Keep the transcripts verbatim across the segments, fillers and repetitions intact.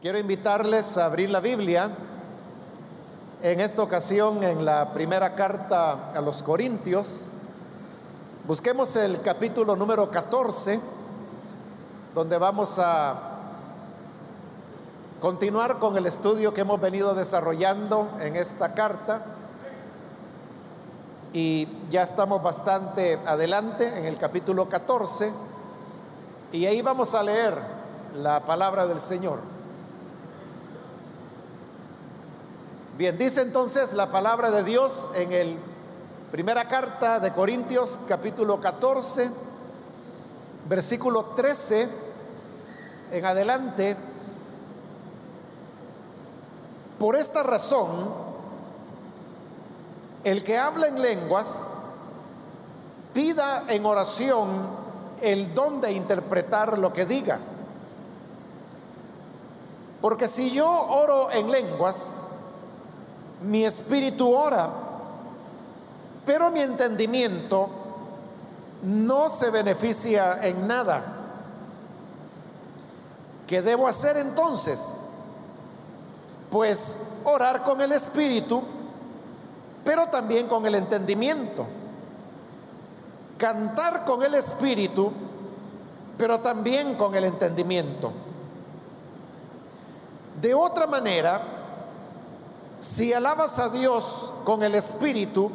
Quiero invitarles a abrir la Biblia, en esta ocasión en la primera carta a los Corintios. Busquemos el capítulo número catorce, donde vamos a continuar con el estudio que hemos venido desarrollando en esta carta. Y ya estamos bastante adelante en el capítulo catorce, y ahí vamos a leer la palabra del Señor. Bien, dice entonces la palabra de Dios en el primera carta de Corintios, capítulo catorce, versículo trece en adelante: por esta razón, el que habla en lenguas, pida en oración el don de interpretar lo que diga. Porque si yo oro en lenguas, mi espíritu ora, pero mi entendimiento no se beneficia en nada. ¿Qué debo hacer entonces? Pues orar con el espíritu, pero también con el entendimiento. Cantar con el espíritu, pero también con el entendimiento. De otra manera, si alabas a Dios con el espíritu,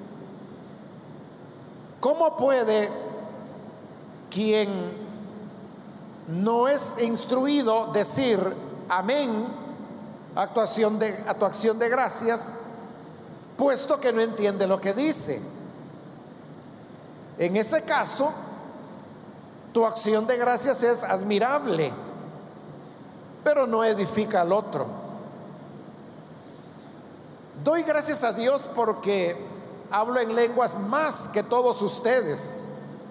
¿cómo puede quien no es instruido decir amén a tu acción de, a tu acción de gracias, puesto que no entiende lo que dice? En ese caso, tu acción de gracias es admirable, pero no edifica al otro. Doy gracias a Dios porque hablo en lenguas más que todos ustedes.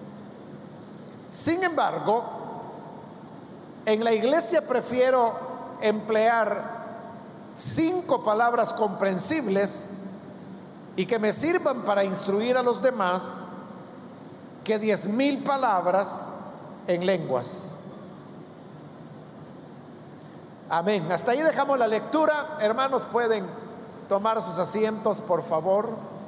Sin embargo, en la iglesia prefiero emplear cinco palabras comprensibles y que me sirvan para instruir a los demás que diez mil palabras en lenguas. Amén. Hasta ahí dejamos la lectura. Hermanos, pueden tomar sus asientos, por favor.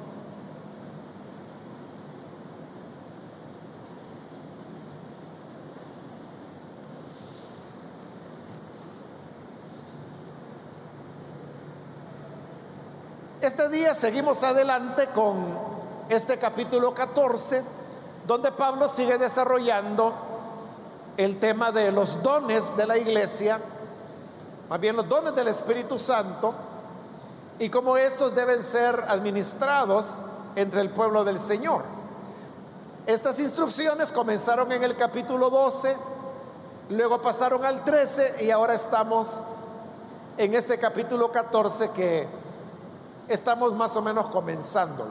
Este día seguimos adelante con este capítulo catorce, donde Pablo sigue desarrollando el tema de los dones de la iglesia, más bien los dones del Espíritu Santo, y cómo estos deben ser administrados entre el pueblo del Señor. Estas instrucciones comenzaron en el capítulo doce, luego pasaron al trece y ahora estamos en este capítulo catorce, que estamos más o menos comenzándolo.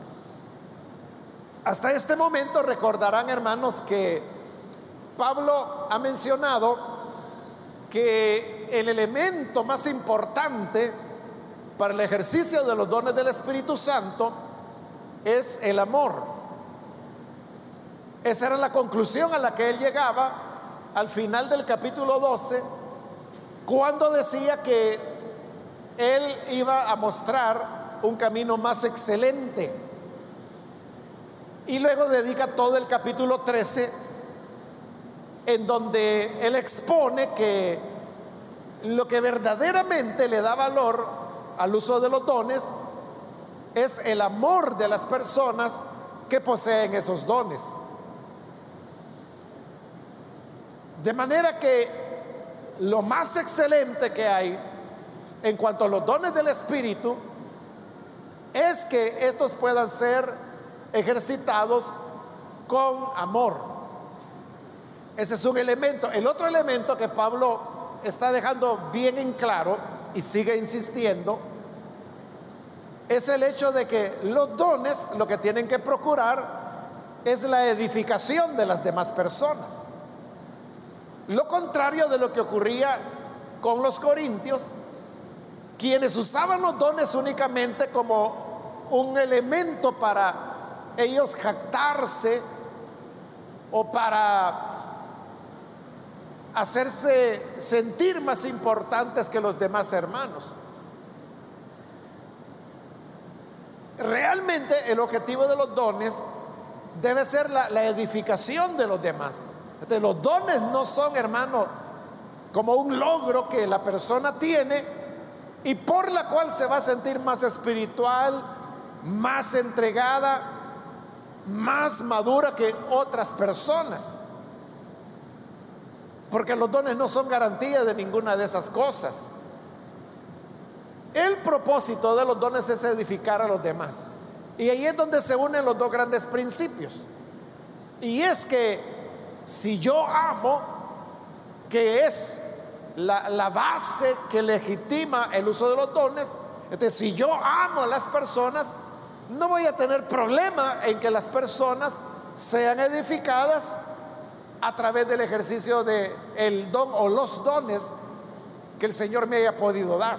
Hasta este momento recordarán, hermanos, que Pablo ha mencionado que el elemento más importante para el ejercicio de los dones del Espíritu Santo es el amor. Esa era la conclusión a la que él llegaba al final del capítulo doce, cuando decía que él iba a mostrar un camino más excelente. Y luego dedica todo el capítulo trece, en donde él expone que lo que verdaderamente le da valor al uso de los dones es el amor de las personas que poseen esos dones. De manera que lo más excelente que hay en cuanto a los dones del Espíritu es que estos puedan ser ejercitados con amor. Ese es un elemento. El otro elemento que Pablo está dejando bien en claro y sigue insistiendo es el hecho de que los dones lo que tienen que procurar es la edificación de las demás personas. Lo contrario de lo que ocurría con los corintios, quienes usaban los dones únicamente como un elemento para ellos jactarse o para hacerse sentir más importantes que los demás hermanos. Realmente el objetivo de los dones debe ser la, la edificación de los demás. Entonces, los dones no son, hermano, como un logro que la persona tiene y por la cual se va a sentir más espiritual, más entregada, más madura que otras personas. Porque los dones no son garantía de ninguna de esas cosas. El propósito de los dones es edificar a los demás. Y ahí es donde se unen los dos grandes principios. Y es que si yo amo, que es la, la base que legitima el uso de los dones, entonces si yo amo a las personas, no voy a tener problema en que las personas sean edificadas a través del ejercicio de el don o los dones que el Señor me haya podido dar.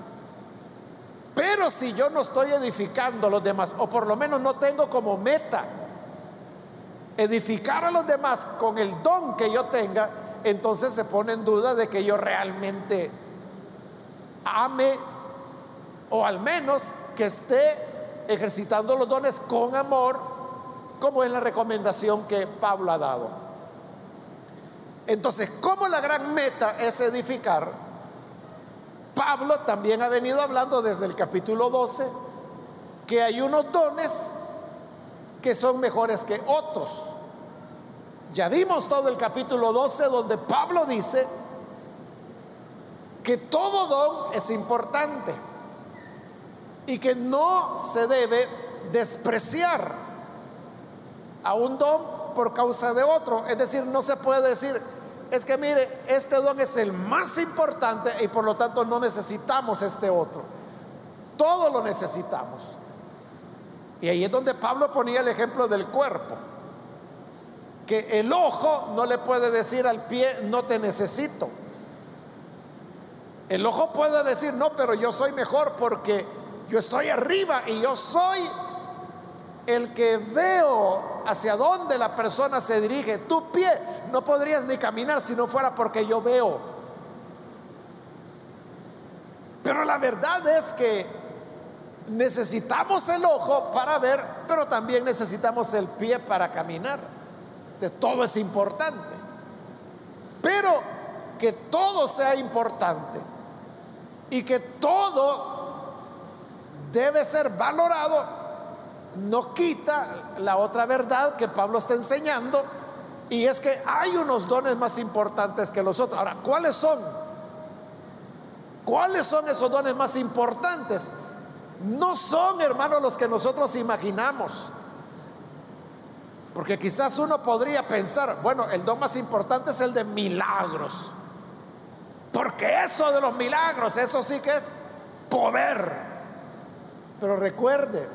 Pero si yo no estoy edificando a los demás, o por lo menos no tengo como meta edificar a los demás con el don que yo tenga, entonces se pone en duda de que yo realmente ame, o al menos que esté ejercitando los dones con amor, como es la recomendación que Pablo ha dado. Entonces, como la gran meta es edificar, Pablo también ha venido hablando desde el capítulo doce que hay unos dones que son mejores que otros. Ya vimos todo el capítulo doce donde Pablo dice que todo don es importante y que no se debe despreciar a un don por causa de otro. Es decir, no se puede decir, es que mire, este don es el más importante y por lo tanto no necesitamos este otro. Todo lo necesitamos. Y ahí es donde Pablo ponía el ejemplo del cuerpo, que el ojo no le puede decir al pie, no te necesito. El ojo puede decir, no, pero yo soy mejor porque yo estoy arriba y yo soy el que veo hacia dónde la persona se dirige. Tu pie no podrías ni caminar si no fuera porque yo veo. Pero la verdad es que necesitamos el ojo para ver, pero también necesitamos el pie para caminar. Entonces, todo es importante. Pero que todo sea importante y que todo debe ser valorado no quita la otra verdad que Pablo está enseñando, y es que hay unos dones más importantes que los otros. Ahora, ¿cuáles son? ¿Cuáles son esos dones más importantes? No son, hermanos, los que nosotros imaginamos. Porque quizás uno podría pensar, bueno, el don más importante es el de milagros, porque eso de los milagros, eso sí que es poder. Pero recuerde,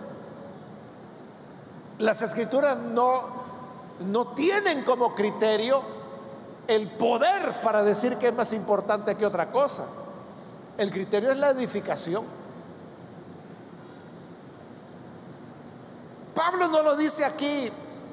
las escrituras no, no tienen como criterio el poder para decir que es más importante que otra cosa. El criterio es la edificación. Pablo no lo dice aquí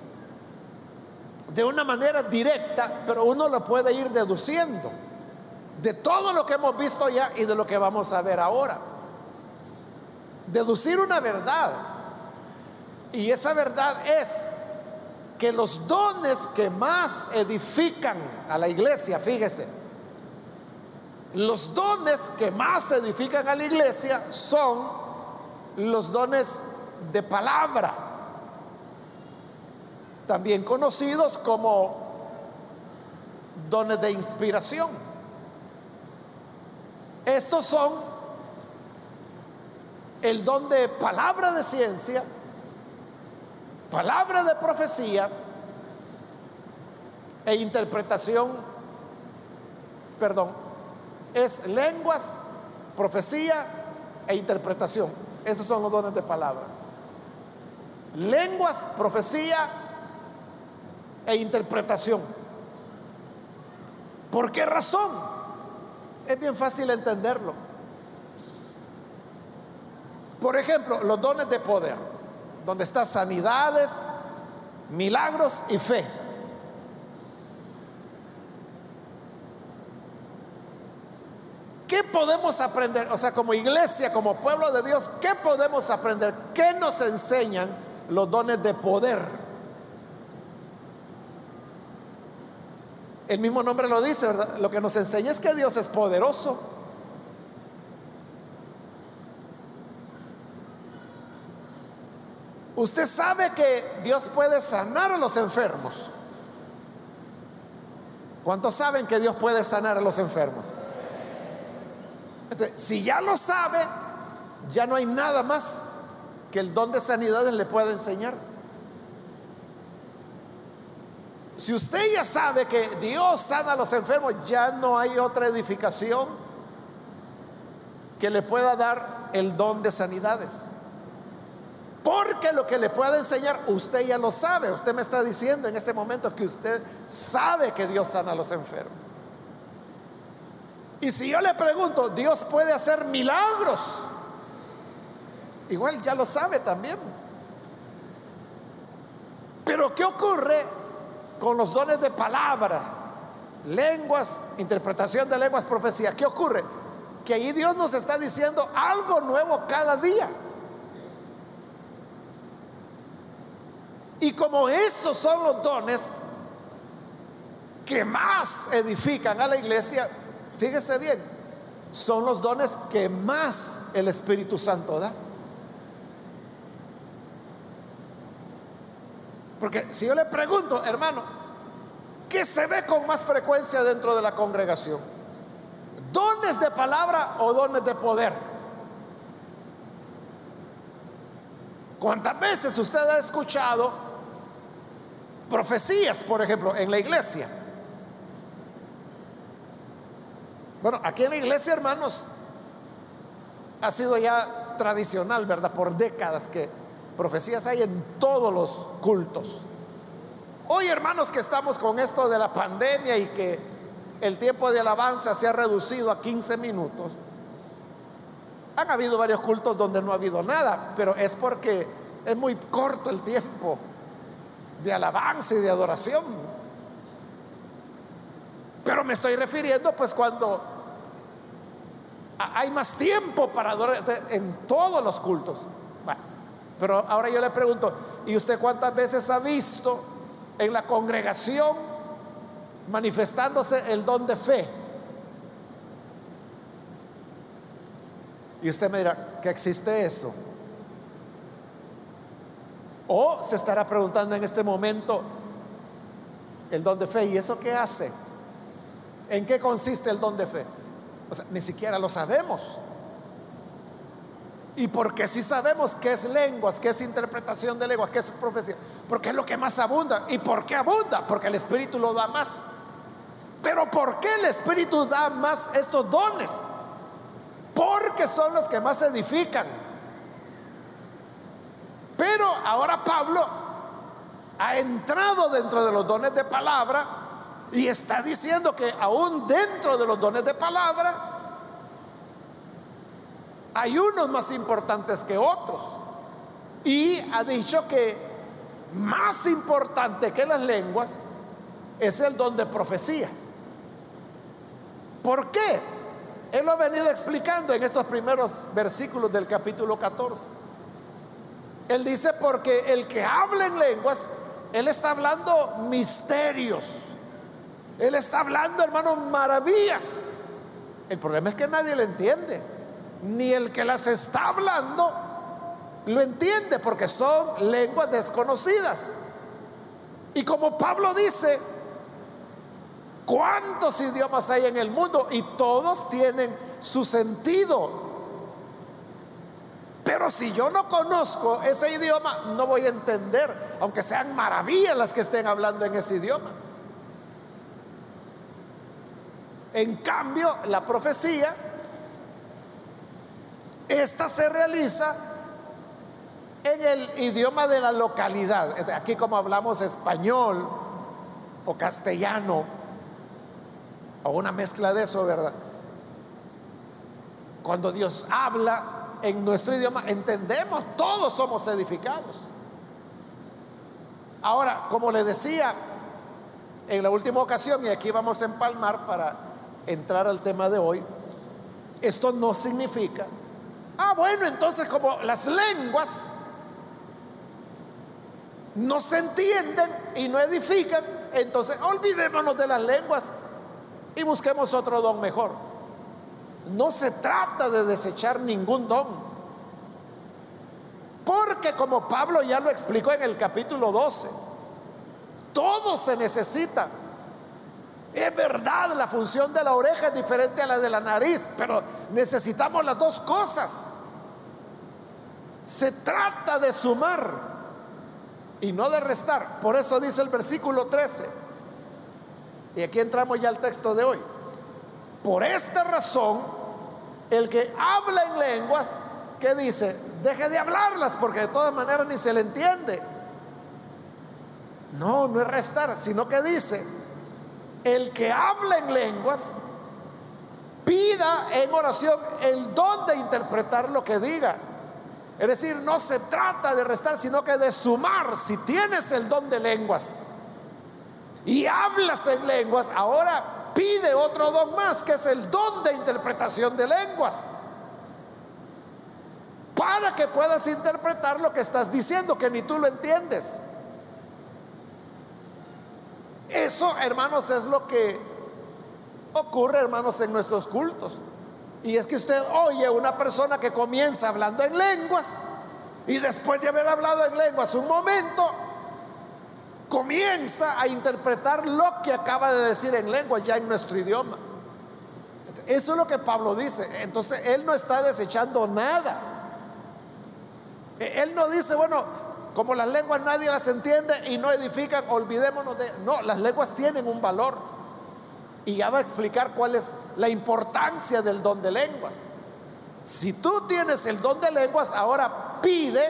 de una manera directa, pero uno lo puede ir deduciendo de todo lo que hemos visto ya y de lo que vamos a ver ahora. Deducir una verdad. Y esa verdad es que los dones que más edifican a la iglesia, fíjese, los dones que más edifican a la iglesia son los dones de palabra, también conocidos como dones de inspiración. Estos son el don de palabra de ciencia, palabra de profecía e interpretación, perdón, es lenguas, profecía e interpretación. Esos son los dones de palabra. Lenguas, profecía e interpretación. ¿Por qué razón? Es bien fácil entenderlo. Por ejemplo, los dones de poder, donde están sanidades, milagros y fe. ¿qué podemos aprender? O sea, como iglesia, como pueblo de Dios, ¿qué podemos aprender? ¿Qué nos enseñan los dones de poder? El mismo nombre lo dice, ¿verdad? Lo que nos enseña es que Dios es poderoso. Usted sabe que Dios puede sanar a los enfermos. ¿Cuántos saben que Dios puede sanar a los enfermos? Entonces, si ya lo sabe, ya no hay nada más que el don de sanidades le pueda enseñar. Si usted ya sabe que Dios sana a los enfermos, ya no hay otra edificación que le pueda dar el don de sanidades. Porque lo que le pueda enseñar, usted ya lo sabe. Usted me está diciendo en este momento que usted sabe que Dios sana a los enfermos. Y si yo le pregunto, ¿Dios puede hacer milagros? Igual ya lo sabe también. Pero ¿qué ocurre con los dones de palabra, lenguas, interpretación de lenguas, profecía? ¿Qué ocurre? Que ahí Dios nos está diciendo algo nuevo cada día. Y como esos son los dones que más edifican a la iglesia, fíjese bien, son los dones que más el Espíritu Santo da. Porque si yo le pregunto, hermano, ¿qué se ve con más frecuencia dentro de la congregación? ¿Dones de palabra o dones de poder? ¿Cuántas veces usted ha escuchado profecías, por ejemplo, en la iglesia? Bueno, aquí en la iglesia, hermanos, ha sido ya tradicional, ¿verdad? Por décadas que profecías hay en todos los cultos. Hoy, hermanos, que estamos con esto de la pandemia y que el tiempo de alabanza se ha reducido a quince minutos, han habido varios cultos donde no ha habido nada, pero es porque es muy corto el tiempo de alabanza y de adoración. Pero me estoy refiriendo pues cuando hay más tiempo para adorar en todos los cultos. Bueno, pero ahora yo le pregunto, ¿y usted cuántas veces ha visto en la congregación manifestándose el don de fe? Y usted me dirá, ¿qué existe eso? O se estará preguntando en este momento, el don de fe, ¿y eso qué hace? ¿En qué consiste el don de fe? O sea, ni siquiera lo sabemos. ¿Y por qué si sabemos qué es lenguas, qué es interpretación de lenguas, qué es profecía? Porque es lo que más abunda. ¿Y por qué abunda? Porque el Espíritu lo da más. Pero ¿por qué el Espíritu da más estos dones? Porque son los que más edifican. Pero ahora Pablo ha entrado dentro de los dones de palabra y está diciendo que aún dentro de los dones de palabra hay unos más importantes que otros. Y ha dicho que más importante que las lenguas es el don de profecía. ¿Por qué? Él lo ha venido explicando en estos primeros versículos del capítulo catorce. Él dice, porque el que habla en lenguas, él está hablando misterios, él está hablando, hermanos, maravillas. El problema es que nadie le entiende, ni el que las está hablando lo entiende, porque son lenguas desconocidas. Y como Pablo dice, ¿cuántos idiomas hay en el mundo? Y todos tienen su sentido. Pero si yo no conozco ese idioma, no voy a entender, aunque sean maravillas las que estén hablando en ese idioma. En cambio, la profecía, esta se realiza en el idioma de la localidad. Aquí, como hablamos español o castellano o una mezcla de eso, ¿verdad? Cuando Dios habla en nuestro idioma, entendemos, todos somos edificados. Ahora, como le decía en la última ocasión, y aquí vamos a empalmar para entrar al tema de hoy, esto no significa, ah, bueno, entonces como las lenguas no se entienden y no edifican, entonces olvidémonos de las lenguas y busquemos otro don mejor. No se trata de desechar ningún don, porque como Pablo ya lo explicó en el capítulo doce, todo se necesita. Es verdad, la función de la oreja es diferente a la de la nariz, pero necesitamos las dos cosas. Se trata de sumar y no de restar. Por eso dice el versículo trece, y aquí entramos ya al texto de hoy: por esta razón, el que habla en lenguas, ¿qué dice? Deje de hablarlas, porque de todas maneras ni se le entiende. No, no es restar, sino que dice: el que habla en lenguas, pida en oración el don de interpretar lo que diga. Es decir, no se trata de restar, sino que de sumar. Si tienes el don de lenguas y hablas en lenguas, ahora pide otro don más, que es el don de interpretación de lenguas, para que puedas interpretar lo que estás diciendo, que ni tú lo entiendes. Eso, hermanos, es lo que ocurre, hermanos, en nuestros cultos. Y es que usted oye a una persona que comienza hablando en lenguas, y después de haber hablado en lenguas un momento, comienza a interpretar lo que acaba de decir en lengua, ya en nuestro idioma. Eso es lo que Pablo dice. Entonces él no está desechando nada. Él no dice, bueno, como las lenguas nadie las entiende y no edifican, olvidémonos de... No, las lenguas tienen un valor, y ya va a explicar cuál es la importancia del don de lenguas. Si tú tienes el don de lenguas, ahora pide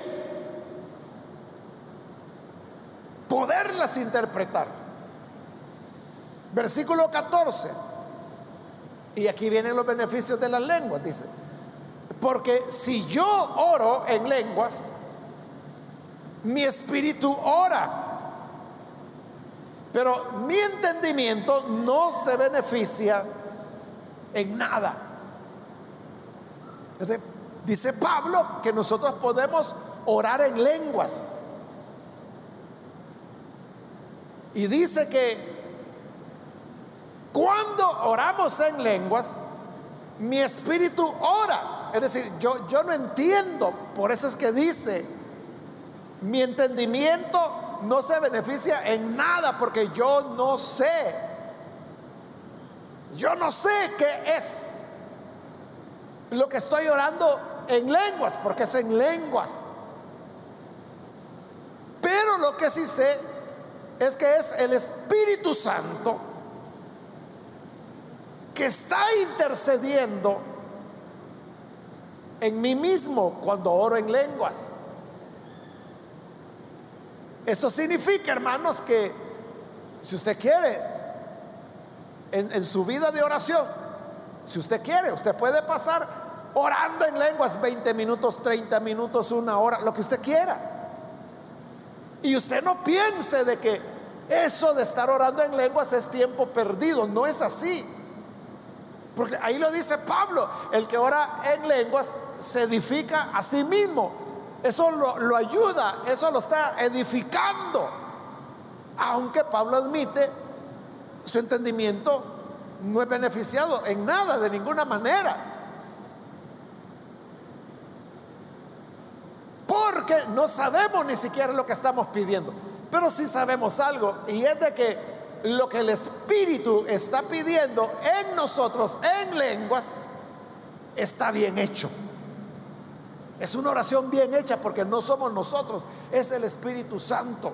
poderlas interpretar. Versículo catorce, y aquí vienen los beneficios de las lenguas. Dice: porque si yo oro en lenguas, mi espíritu ora, pero mi entendimiento no se beneficia en nada. Entonces, dice Pablo que nosotros podemos orar en lenguas, y dice que cuando oramos en lenguas, mi espíritu ora. Es decir, yo, yo no entiendo, por eso es que dice: mi entendimiento no se beneficia en nada, porque yo no sé, yo no sé qué es lo que estoy orando en lenguas, porque es en lenguas. Pero lo que sí sé es que es el Espíritu Santo que está intercediendo en mí mismo cuando oro en lenguas. Esto significa, hermanos, que si usted quiere, en, en su vida de oración, si usted quiere, usted puede pasar orando en lenguas veinte minutos, treinta minutos, una hora, lo que usted quiera. Y usted no piense de que eso de estar orando en lenguas es tiempo perdido. No es así, porque ahí lo dice Pablo: el que ora en lenguas se edifica a sí mismo. Eso lo, lo ayuda, eso lo está edificando. Aunque Pablo admite, su entendimiento no es beneficiado en nada, de ninguna manera, porque no sabemos ni siquiera lo que estamos pidiendo. Pero sí sabemos algo, y es de que lo que el Espíritu está pidiendo en nosotros en lenguas está bien hecho. Es una oración bien hecha, porque no somos nosotros, es el Espíritu Santo.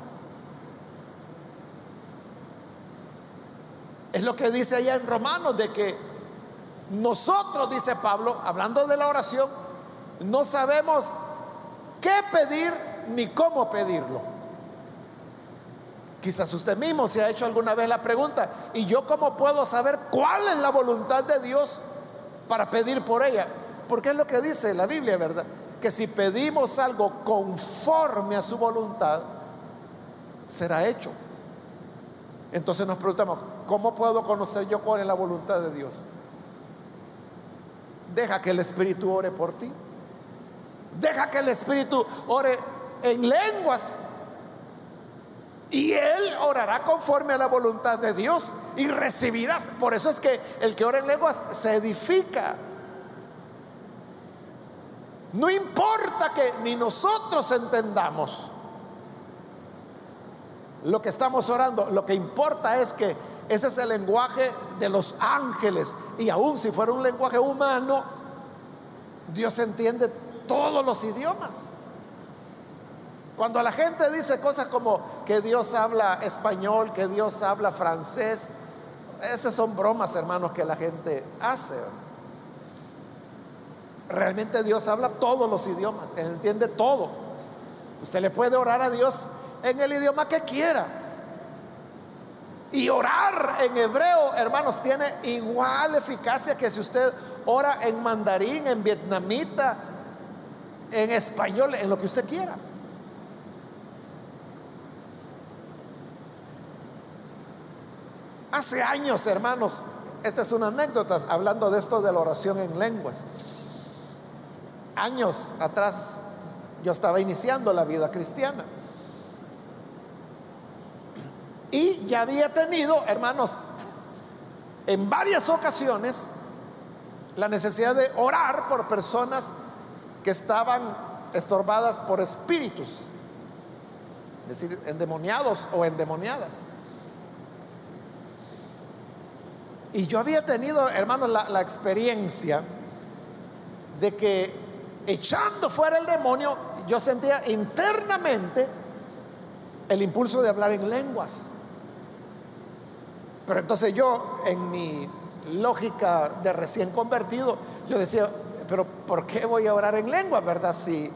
Es lo que dice allá en Romanos, de que nosotros, dice Pablo, hablando de la oración, no sabemos qué pedir ni cómo pedirlo. Quizás usted mismo se ha hecho alguna vez la pregunta: ¿y yo cómo puedo saber cuál es la voluntad de Dios para pedir por ella? Porque es lo que dice la Biblia, ¿verdad? Que si pedimos algo conforme a su voluntad, será hecho. Entonces nos preguntamos: ¿cómo puedo conocer yo cuál es la voluntad de Dios? Deja que el Espíritu ore por ti. Deja que el Espíritu ore en lenguas. Y Él orará conforme a la voluntad de Dios y recibirás. Por eso es que el que ora en lenguas se edifica. No importa que ni nosotros entendamos lo que estamos orando, lo que importa es que ese es el lenguaje de los ángeles. Y aun si fuera un lenguaje humano, Dios entiende todos los idiomas. Cuando la gente dice cosas como que Dios habla español, que Dios habla francés, esas son bromas, hermanos, que la gente hace. Realmente Dios habla todos los idiomas, Él entiende todo. Usted le puede orar a Dios en el idioma que quiera. Y orar en hebreo, hermanos, tiene igual eficacia que si usted ora en mandarín, en vietnamita, en español, en lo que usted quiera. Hace años, hermanos, esta es una anécdota hablando de esto de la oración en lenguas. Años atrás yo estaba iniciando la vida cristiana y ya había tenido, hermanos, en varias ocasiones la necesidad de orar por personas que estaban estorbadas por espíritus, es decir, endemoniados o endemoniadas. Y yo había tenido, hermanos, la, la experiencia de que echando fuera el demonio, yo sentía internamente el impulso de hablar en lenguas. Pero entonces yo, en mi lógica de recién convertido, yo decía, pero ¿por qué voy a orar en lenguas, verdad? Si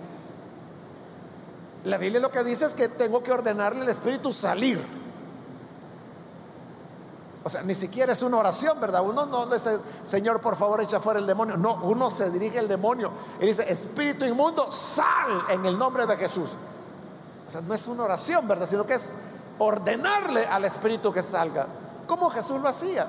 la Biblia lo que dice es que tengo que ordenarle al Espíritu salir. O sea, ni siquiera es una oración, ¿verdad? Uno no dice, Señor, por favor, echa fuera el demonio. No, uno se dirige al demonio y dice, espíritu inmundo, sal en el nombre de Jesús. O sea, no es una oración, ¿verdad? Sino que es ordenarle al espíritu que salga, como Jesús lo hacía.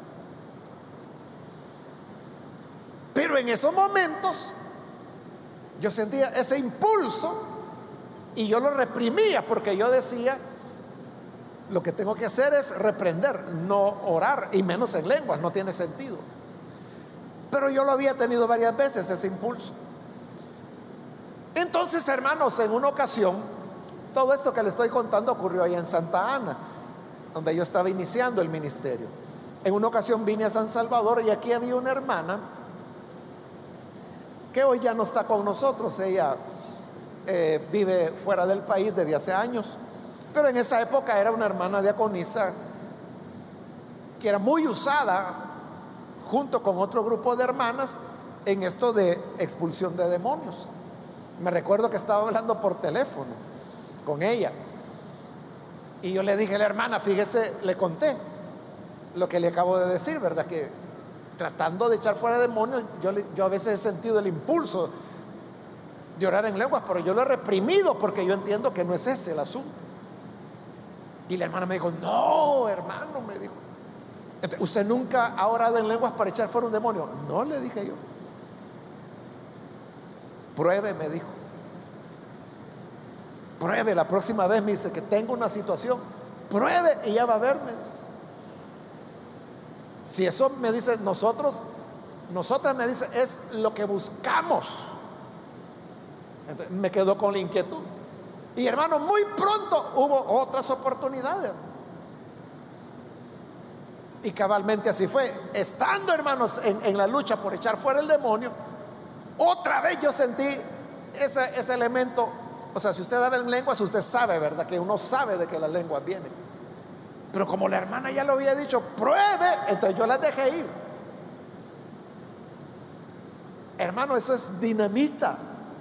Pero en esos momentos yo sentía ese impulso y yo lo reprimía, porque yo decía, lo que tengo que hacer es reprender, no orar, y menos en lenguas, no tiene sentido. Pero yo lo había tenido varias veces, ese impulso. Entonces, hermanos, en una ocasión, todo esto que le estoy contando ocurrió allá en Santa Ana, donde yo estaba iniciando el ministerio. En una ocasión vine a San Salvador y aquí había una hermana que hoy ya no está con nosotros. Ella eh, vive fuera del país desde hace años. Pero en esa época era una hermana diaconisa que era muy usada junto con otro grupo de hermanas en esto de expulsión de demonios. Me recuerdo que estaba hablando por teléfono con ella y yo le dije a la hermana, fíjese, le conté lo que le acabo de decir, ¿verdad? Que tratando de echar fuera demonios, yo, yo a veces he sentido el impulso de orar en lenguas, pero yo lo he reprimido porque yo entiendo que no es ese el asunto. Y la hermana me dijo, no, hermano, me dijo, ¿usted nunca ha orado en lenguas para echar fuera un demonio? No, le dije yo. Pruebe, me dijo. Pruebe, la próxima vez me dice que tengo una situación, pruebe y ya va a verme. Si eso me dice nosotros, nosotras, me dice, es lo que buscamos. Entonces, me quedó con la inquietud. Y hermano, muy pronto hubo otras oportunidades. Y cabalmente así fue. Estando, hermanos, en, en la lucha por echar fuera el demonio, otra vez yo sentí ese, ese elemento. O sea, si usted habla en lenguas, usted sabe, ¿verdad? Que uno sabe de que las lenguas vienen. Pero como la hermana ya lo había dicho, pruebe, entonces yo las dejé ir. Hermano, eso es dinamita.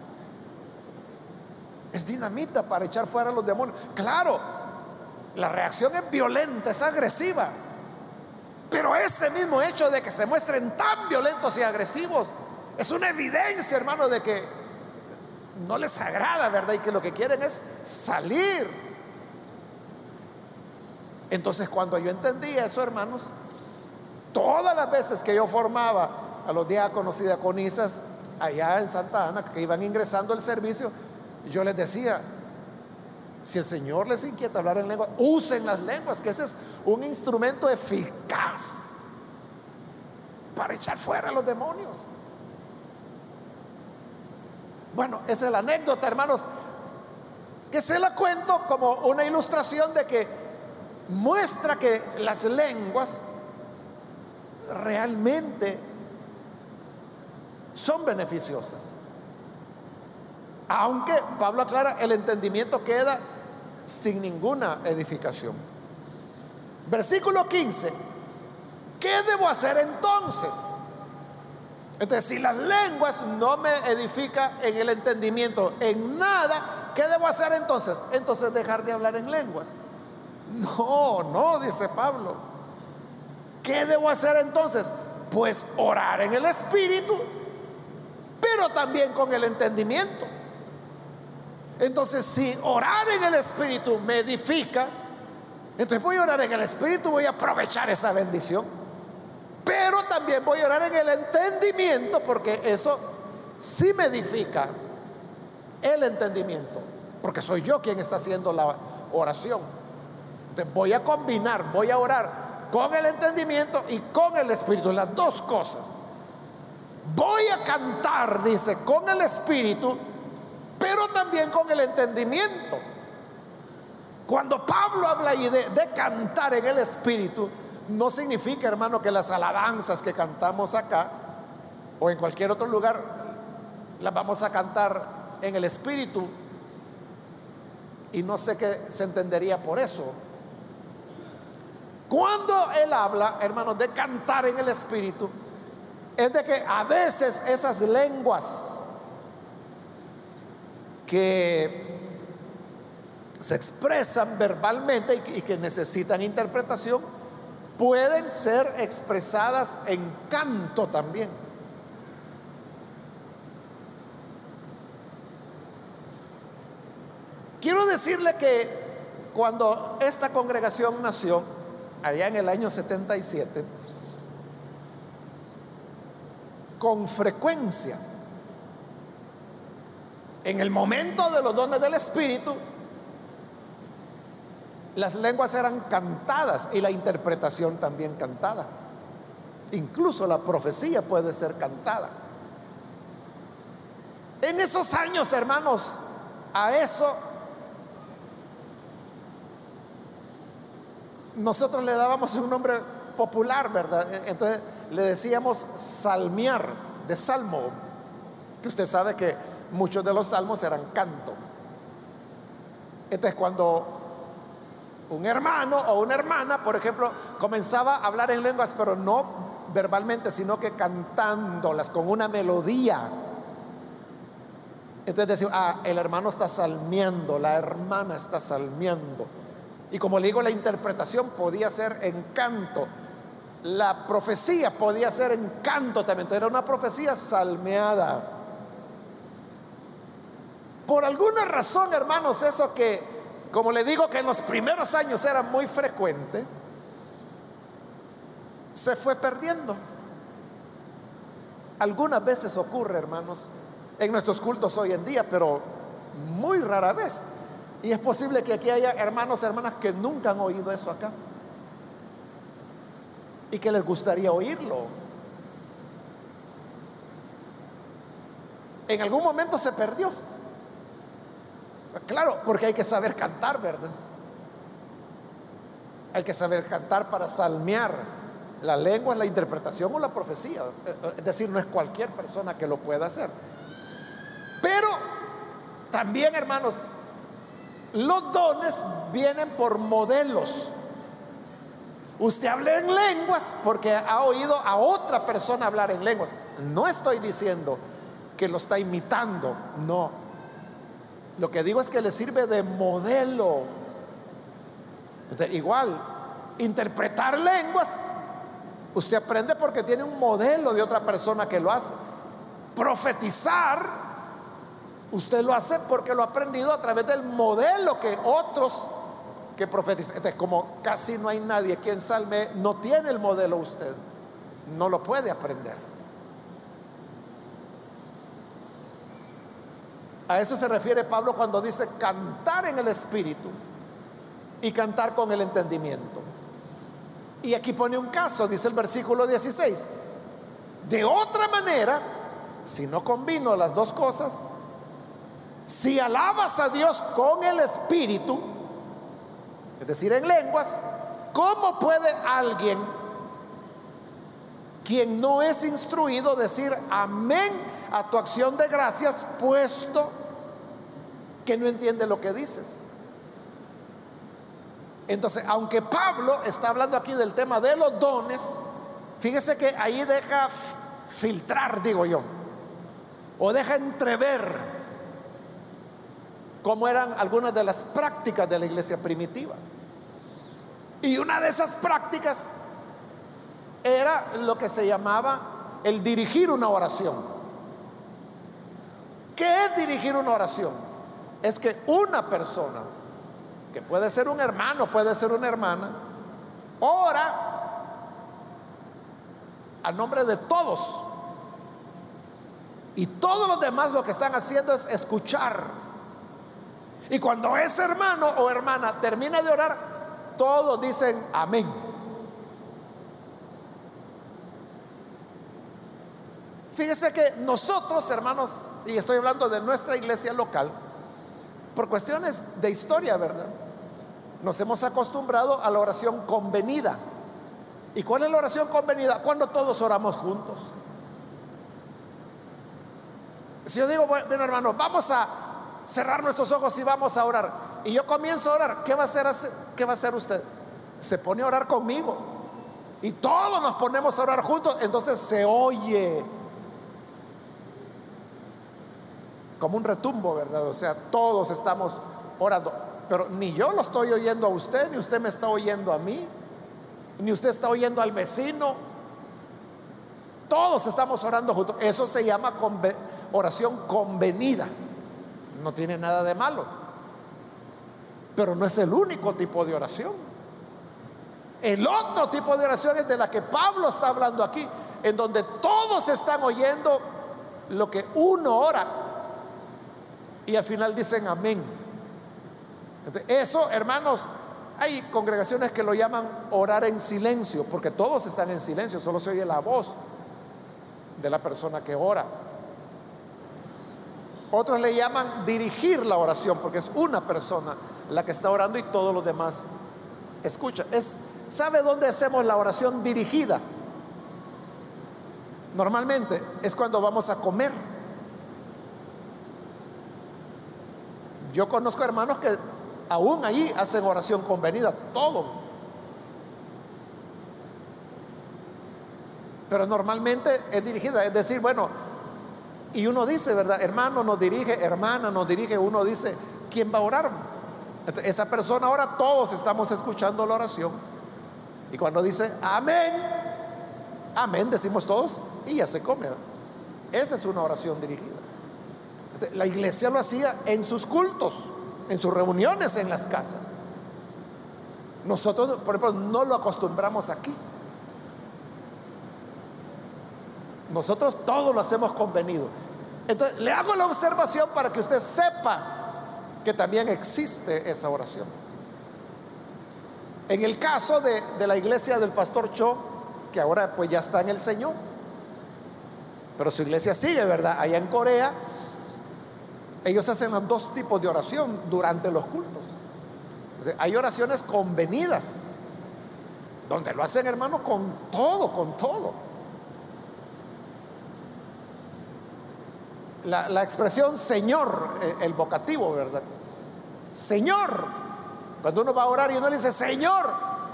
Es dinamita para echar fuera a los demonios. Claro, la reacción es violenta, es agresiva. Pero ese mismo hecho de que se muestren tan violentos y agresivos es una evidencia, hermano, de que no les agrada, ¿verdad? Y que lo que quieren es salir. Entonces, cuando yo entendía eso, hermanos, todas las veces que yo formaba a los diáconos y diaconisas allá en Santa Ana que iban ingresando al servicio, yo les decía: si el Señor les inquieta hablar en lenguas, usen las lenguas, que ese es un instrumento eficaz para echar fuera a los demonios. Bueno, esa es la anécdota, hermanos, que se la cuento como una ilustración de que muestra que las lenguas realmente son beneficiosas. Aunque Pablo aclara, el entendimiento queda sin ninguna edificación. Versículo quince: ¿qué debo hacer entonces? Entonces, si las lenguas no me edifican en el entendimiento, en nada, ¿qué debo hacer entonces? Entonces dejar de hablar en lenguas. No, no, dice Pablo. ¿Qué debo hacer entonces? Pues orar en el Espíritu, pero también con el entendimiento. Entonces, si orar en el Espíritu me edifica, entonces voy a orar en el Espíritu, voy a aprovechar esa bendición. Pero también voy a orar en el entendimiento, porque eso sí me edifica, el entendimiento, porque soy yo quien está haciendo la oración. Entonces voy a combinar, voy a orar con el entendimiento y con el Espíritu, las dos cosas. Voy a cantar, dice, con el Espíritu, pero también con el entendimiento. Cuando Pablo habla ahí de, de cantar en el Espíritu, no significa, hermano, que las alabanzas que cantamos acá o en cualquier otro lugar las vamos a cantar en el Espíritu, y no sé qué se entendería por eso. Cuando él habla, hermanos, de cantar en el Espíritu, es de que a veces esas lenguas que se expresan verbalmente y que necesitan interpretación pueden ser expresadas en canto también. Quiero decirle que cuando esta congregación nació allá en el año setenta y siete, con frecuencia, en el momento de los dones del Espíritu, las lenguas eran cantadas y la interpretación también cantada. Incluso la profecía puede ser cantada. En esos años, hermanos, a eso nosotros le dábamos un nombre popular, ¿verdad? Entonces le decíamos salmiar, de salmo, que usted sabe que muchos de los salmos eran canto. Entonces, cuando un hermano o una hermana, por ejemplo, comenzaba a hablar en lenguas, pero no verbalmente, sino que cantándolas con una melodía, entonces decía: ah, el hermano está salmeando, la hermana está salmeando. Y como le digo, la interpretación podía ser en canto, la profecía podía ser en canto también. Entonces era una profecía salmeada. Por alguna razón, hermanos, eso que, como le digo, que en los primeros años era muy frecuente, se fue perdiendo. Algunas veces ocurre, hermanos, en nuestros cultos hoy en día, pero muy rara vez. Y es posible que aquí haya hermanos y hermanas que nunca han oído eso acá y que les gustaría oírlo. En algún momento se perdió. Claro, porque hay que saber cantar, ¿verdad? Hay que saber cantar para salmear. La lengua es la interpretación o la profecía. Es decir, no es cualquier persona que lo pueda hacer. Pero también, hermanos, los dones vienen por modelos. Usted habla en lenguas porque ha oído a otra persona hablar en lenguas. No estoy diciendo que lo está imitando, no. Lo que digo es que le sirve de modelo. Entonces, igual, interpretar lenguas, usted aprende porque tiene un modelo de otra persona que lo hace. Profetizar, usted lo hace porque lo ha aprendido a través del modelo que otros que profetizan. Entonces, como casi no hay nadie quien salme, no tiene el modelo usted, no lo puede aprender. A eso se refiere Pablo cuando dice cantar en el Espíritu y cantar con el entendimiento. Y aquí pone un caso, dice el versículo dieciséis: de otra manera, si no combino las dos cosas, si alabas a Dios con el Espíritu, es decir, en lenguas, ¿cómo puede alguien quien no es instruido decir amén a tu acción de gracias, puesto que no entiende lo que dices? Entonces, aunque Pablo está hablando aquí del tema de los dones, fíjese que ahí deja filtrar, digo yo, o deja entrever cómo eran algunas de las prácticas de la iglesia primitiva. Y una de esas prácticas era lo que se llamaba el dirigir una oración. ¿Qué es dirigir una oración? Es que una persona, que puede ser un hermano, puede ser una hermana, ora a nombre de todos, y todos los demás lo que están haciendo es escuchar. Y cuando ese hermano o hermana termina de orar, todos dicen amén. Fíjese que nosotros, hermanos, y estoy hablando de nuestra iglesia local, por cuestiones de historia, ¿verdad?, nos hemos acostumbrado a la oración convenida. ¿Y cuál es la oración convenida? Cuando todos oramos juntos. Si yo digo, bueno, hermano, vamos a cerrar nuestros ojos y vamos a orar, y yo comienzo a orar, ¿qué va a hacer, qué va a hacer usted? Se pone a orar conmigo, y todos nos ponemos a orar juntos. Entonces se oye como un retumbo, ¿verdad? O sea, todos estamos orando, pero ni yo lo estoy oyendo a usted, ni usted me está oyendo a mí, ni usted está oyendo al vecino. Todos estamos orando juntos. Eso se llama conven- oración convenida. No tiene nada de malo, pero no es el único tipo de oración. El otro tipo de oración es de la que Pablo está hablando aquí, en donde todos están oyendo lo que uno ora y al final dicen amén. Eso, hermanos, hay congregaciones que lo llaman orar en silencio, porque todos están en silencio, solo se oye la voz de la persona que ora. Otros le llaman dirigir la oración, porque es una persona la que está orando y todos los demás escuchan. Es, ¿sabe dónde hacemos la oración dirigida? Normalmente es cuando vamos a comer. Yo conozco hermanos que aún allí hacen oración convenida, todo. Pero normalmente es dirigida, es decir, bueno, y uno dice, ¿verdad? Hermano nos dirige, hermana nos dirige, uno dice, ¿quién va a orar? Entonces, esa persona ahora todos estamos escuchando la oración. Y cuando dice amén, amén, decimos todos y ya se come. Esa es una oración dirigida. La iglesia lo hacía en sus cultos, en sus reuniones en las casas. Nosotros, por ejemplo, no lo acostumbramos aquí. Nosotros todo lo hacemos convenido. Entonces, le hago la observación para que usted sepa que también existe esa oración. En el caso de, de la iglesia del pastor Cho, que ahora pues ya está en el Señor, pero su iglesia sigue, ¿verdad? Allá en Corea, ellos hacen los dos tipos de oración durante los cultos. Hay oraciones convenidas, donde lo hacen, hermano, con todo, con todo. La, la expresión Señor, el vocativo, ¿verdad? Señor, cuando uno va a orar y uno le dice Señor,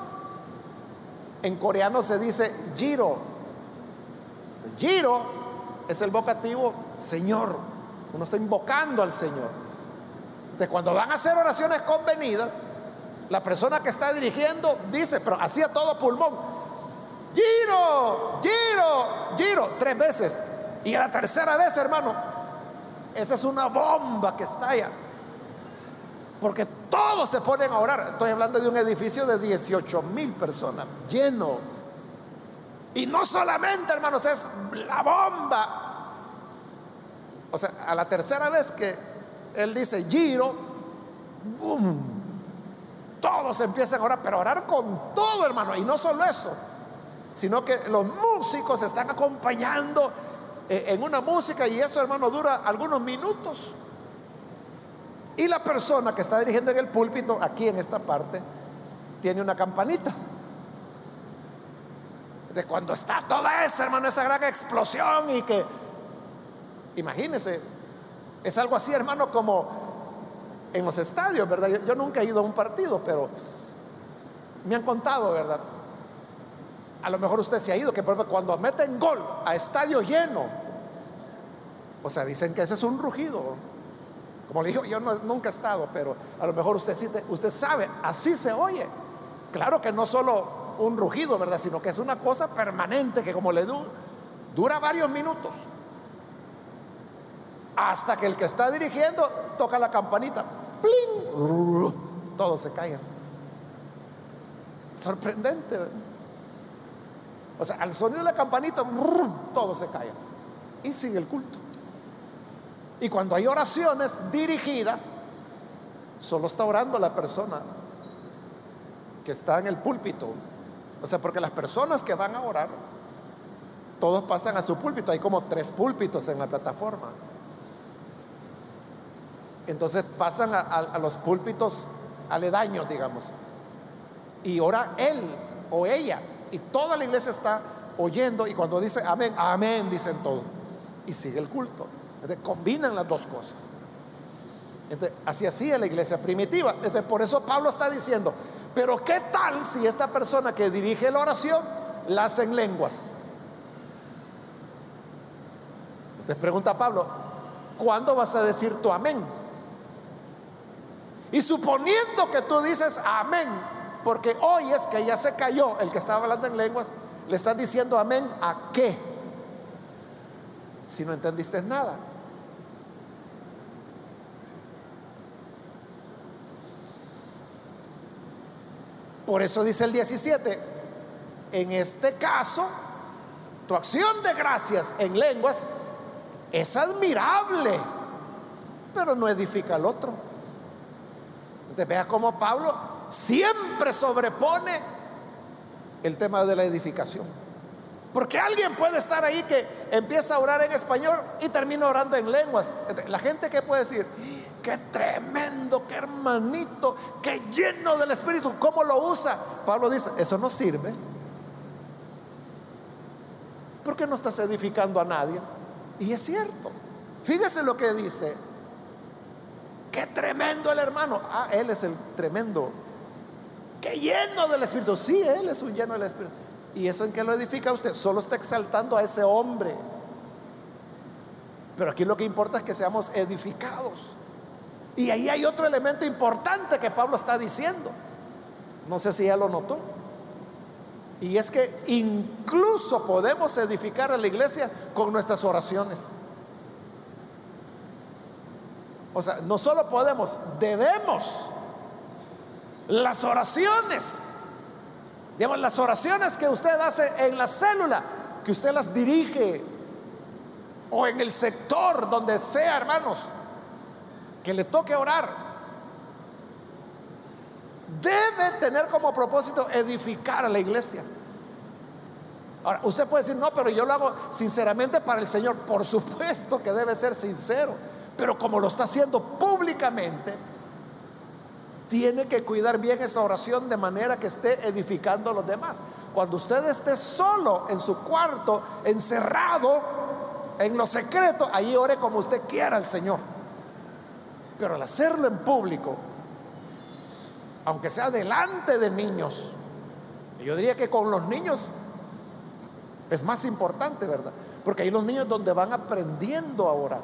en coreano se dice Jiro. Jiro es el vocativo Señor. Uno está invocando al Señor. Entonces, cuando van a hacer oraciones convenidas, la persona que está dirigiendo dice, pero así a todo pulmón, Jiro, Jiro, Jiro, tres veces. Y a la tercera vez, hermano, esa es una bomba que estalla, porque todos se ponen a orar. Estoy hablando de un edificio de dieciocho mil personas, lleno. Y no solamente, hermanos, es la bomba, O sea, a la tercera vez que él dice giro, ¡boom!, todos empiezan a orar, pero a orar con todo, hermano. Y no solo eso, sino que los músicos están acompañando eh, en una música, y eso, hermano, dura algunos minutos. Y la persona que está dirigiendo en el púlpito, aquí en esta parte, tiene una campanita. De cuando está toda esa, hermano, esa gran explosión, y que, imagínense, es algo así, hermano, como en los estadios, ¿verdad? Yo, yo nunca he ido a un partido, pero me han contado, ¿verdad? A lo mejor usted se ha ido, que por ejemplo, cuando meten gol a estadio lleno, o sea, dicen que ese es un rugido. Como le digo, yo no, nunca he estado, pero a lo mejor usted sí te, usted sabe, así se oye. Claro que no solo un rugido, ¿verdad?, sino que es una cosa permanente, que como le du, dura varios minutos, hasta que el que está dirigiendo toca la campanita, ¡pling!, todos se callan. Sorprendente, ¿verdad? O sea, al sonido de la campanita, todos se callan y sigue el culto. Y cuando hay oraciones dirigidas, solo está orando la persona que está en el púlpito. O sea, porque las personas que van a orar, todos pasan a su púlpito. Hay como tres púlpitos en la plataforma. Entonces pasan a, a, a los púlpitos aledaños, digamos, y ora él o ella, y toda la iglesia está oyendo, y cuando dice amén, amén, dicen todos, y sigue el culto. Entonces combinan las dos cosas. Entonces, así hacía la iglesia primitiva. Entonces, por eso Pablo está diciendo, pero ¿qué tal si esta persona que dirige la oración la hace en lenguas? Entonces pregunta Pablo, ¿cuándo vas a decir tu amén? Y suponiendo que tú dices amén, porque hoy es que ya se cayó el que estaba hablando en lenguas, le estás diciendo amén ¿a qué? Si no entendiste nada. Por eso dice el diecisiete, en este caso, tu acción de gracias en lenguas es admirable, pero no edifica al otro. Entonces vea cómo Pablo siempre sobrepone el tema de la edificación. Porque alguien puede estar ahí que empieza a orar en español y termina orando en lenguas. La gente, ¿qué puede decir? Qué tremendo, qué hermanito, qué lleno del Espíritu, cómo lo usa. Pablo dice, eso no sirve, porque no estás edificando a nadie. Y es cierto. Fíjese lo que dice, qué tremendo el hermano. Ah, él es el tremendo. Qué lleno del Espíritu. Sí, él es un lleno del Espíritu. ¿Y eso en qué lo edifica usted? Solo está exaltando a ese hombre. Pero aquí lo que importa es que seamos edificados. Y ahí hay otro elemento importante que Pablo está diciendo. No sé si ya lo notó. Y es que incluso podemos edificar a la iglesia con nuestras oraciones. O sea, no solo podemos, debemos. Las oraciones, digamos, las oraciones que usted hace en la célula, que usted las dirige, o en el sector donde sea, hermanos, que le toque orar, debe tener como propósito edificar a la iglesia. Ahora, usted puede decir, no, pero yo lo hago sinceramente para el Señor. Por supuesto que debe ser sincero, pero como lo está haciendo públicamente, tiene que cuidar bien esa oración de manera que esté edificando a los demás. Cuando usted esté solo en su cuarto, encerrado en lo secreto, ahí ore como usted quiera al Señor. Pero al hacerlo en público, aunque sea delante de niños, yo diría que con los niños es más importante, ¿verdad? Porque ahí los niños donde van aprendiendo a orar.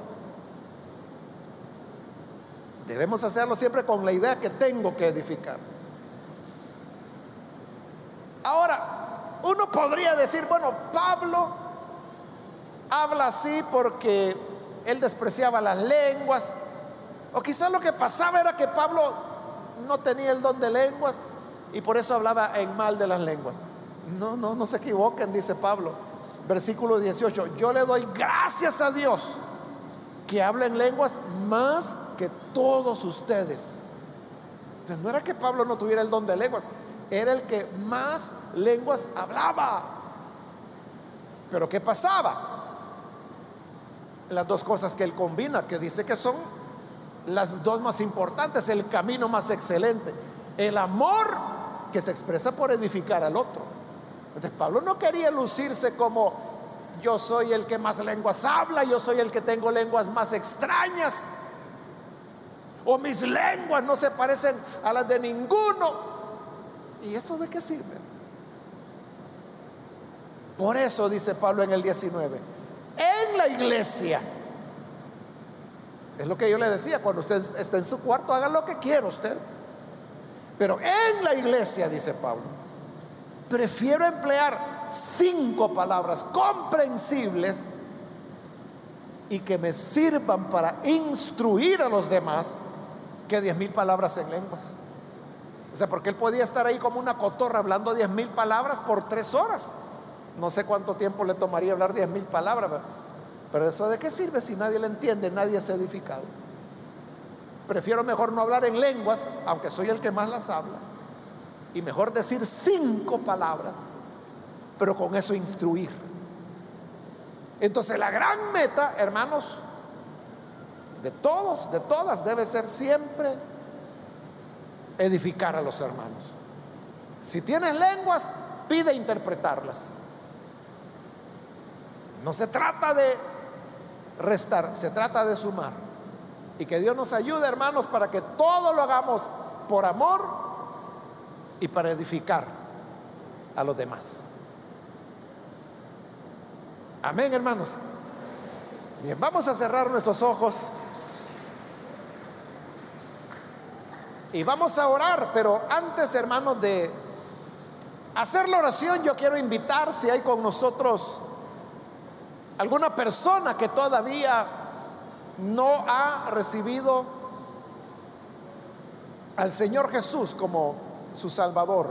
Debemos hacerlo siempre con la idea que tengo que edificar. Ahora, uno podría decir, bueno, Pablo habla así porque él despreciaba las lenguas, o quizás lo que pasaba era que Pablo no tenía el don de lenguas y por eso hablaba en mal de las lenguas. No, no, no se equivoquen, dice Pablo, versículo dieciocho, yo le doy gracias a Dios que habla en lenguas más que todos ustedes. Entonces, no era que Pablo no tuviera el don de lenguas, era el que más lenguas hablaba. Pero ¿qué pasaba? Las dos cosas que él combina, que dice que son las dos más importantes, el camino más excelente, el amor que se expresa por edificar al otro. Entonces Pablo no quería lucirse como yo soy el que más lenguas habla, yo soy el que tengo lenguas más extrañas, o mis lenguas no se parecen a las de ninguno. ¿Y eso de qué sirve? Por eso dice Pablo en el diecinueve, en la iglesia, es lo que yo le decía, cuando usted esté en su cuarto, haga lo que quiera usted, pero en la iglesia, dice Pablo, prefiero emplear cinco palabras comprensibles y que me sirvan para instruir a los demás que diez mil palabras en lenguas. O sea, porque él podía estar ahí como una cotorra hablando diez mil palabras por tres horas. No sé cuánto tiempo le tomaría hablar diez mil palabras, pero, pero eso de qué sirve si nadie le entiende, nadie es edificado. Prefiero mejor no hablar en lenguas, aunque soy el que más las habla, y mejor decir cinco palabras, pero con eso instruir. Entonces la gran meta, hermanos, de todos, de todas, debe ser siempre edificar a los hermanos. Si tienes lenguas, pide interpretarlas. No se trata de restar, se trata de sumar. Y que Dios nos ayude, hermanos, para que todo lo hagamos por amor y para edificar a los demás. Amén, hermanos. Bien, vamos a cerrar nuestros ojos y vamos a orar. Pero antes, hermanos, de hacer la oración, yo quiero invitar, si hay con nosotros alguna persona que todavía no ha recibido al Señor Jesús como su Salvador.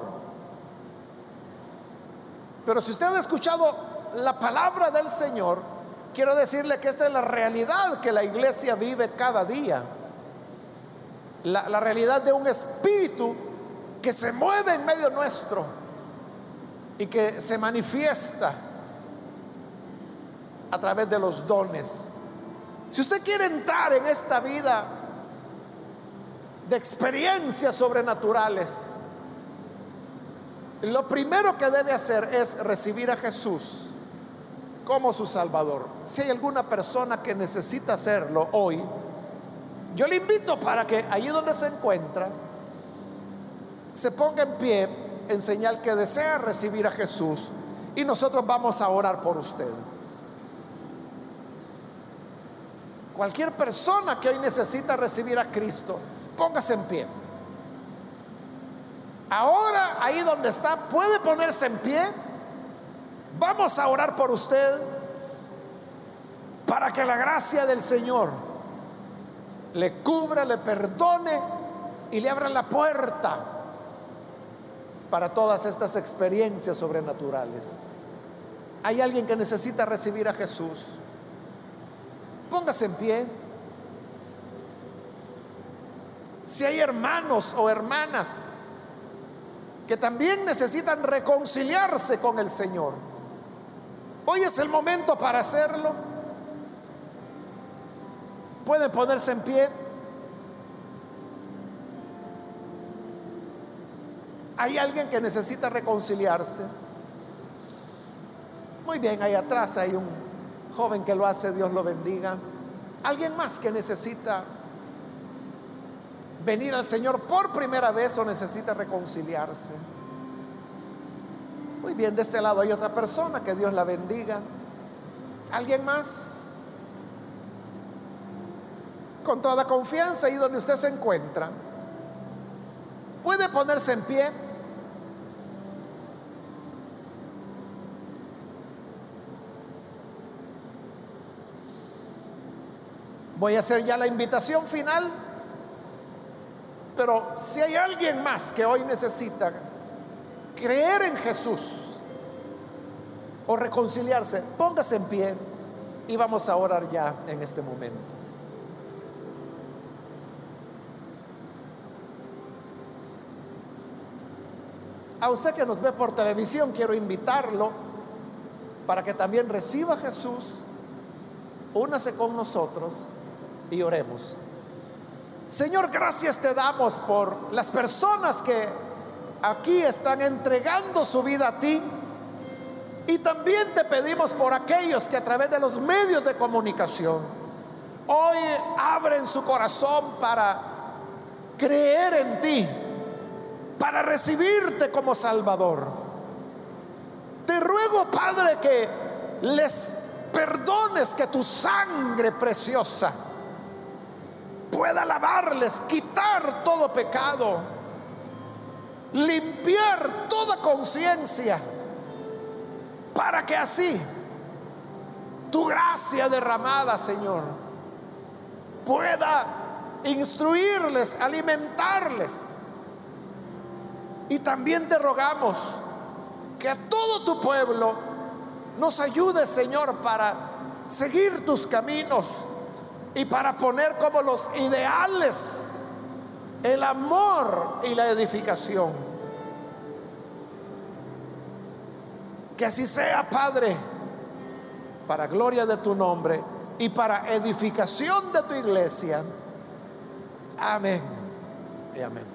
Pero si usted ha escuchado la palabra del Señor, quiero decirle que esta es la realidad que la iglesia vive cada día. La, la realidad de un espíritu que se mueve en medio nuestro y que se manifiesta a través de los dones. Si usted quiere entrar en esta vida de experiencias sobrenaturales, lo primero que debe hacer es recibir a Jesús como su Salvador. Si hay alguna persona que necesita hacerlo hoy, yo le invito para que allí donde se encuentra se ponga en pie en señal que desea recibir a Jesús, y nosotros vamos a orar por usted. Cualquier persona que hoy necesita recibir a Cristo, póngase en pie. Ahora, ahí donde está, puede ponerse en pie. Vamos a orar por usted para que la gracia del Señor le cubra, le perdone y le abra la puerta para todas estas experiencias sobrenaturales. ¿Hay alguien que necesita recibir a Jesús? Póngase en pie. Si hay hermanos o hermanas que también necesitan reconciliarse con el Señor, hoy es el momento para hacerlo. Pueden ponerse en pie. ¿Hay alguien que necesita reconciliarse? Muy bien, ahí atrás hay un joven que lo hace, Dios lo bendiga. ¿Alguien más que necesita venir al Señor por primera vez o necesita reconciliarse? Muy bien, de este lado hay otra persona, que Dios la bendiga. ¿Alguien más? Con toda confianza, ahí donde usted se encuentra, puede ponerse en pie. Voy a hacer ya la invitación final, pero si hay alguien más que hoy necesita creer en Jesús o reconciliarse, póngase en pie y vamos a orar ya en este momento. A usted que nos ve por televisión, quiero invitarlo para que también reciba a Jesús. Únase con nosotros y oremos. Señor, gracias te damos por las personas que aquí están entregando su vida a ti. Y también te pedimos por aquellos que a través de los medios de comunicación hoy abren su corazón para creer en ti, para recibirte como Salvador. Te ruego, Padre, que les perdones, que tu sangre preciosa pueda lavarles, quitar todo pecado, limpiar toda conciencia, para que así tu gracia derramada, Señor, pueda instruirles, alimentarles. Y también te rogamos que a todo tu pueblo nos ayudes, Señor, para seguir tus caminos y para poner como los ideales el amor y la edificación. Que así sea, Padre, para gloria de tu nombre y para edificación de tu iglesia. Amén y amén.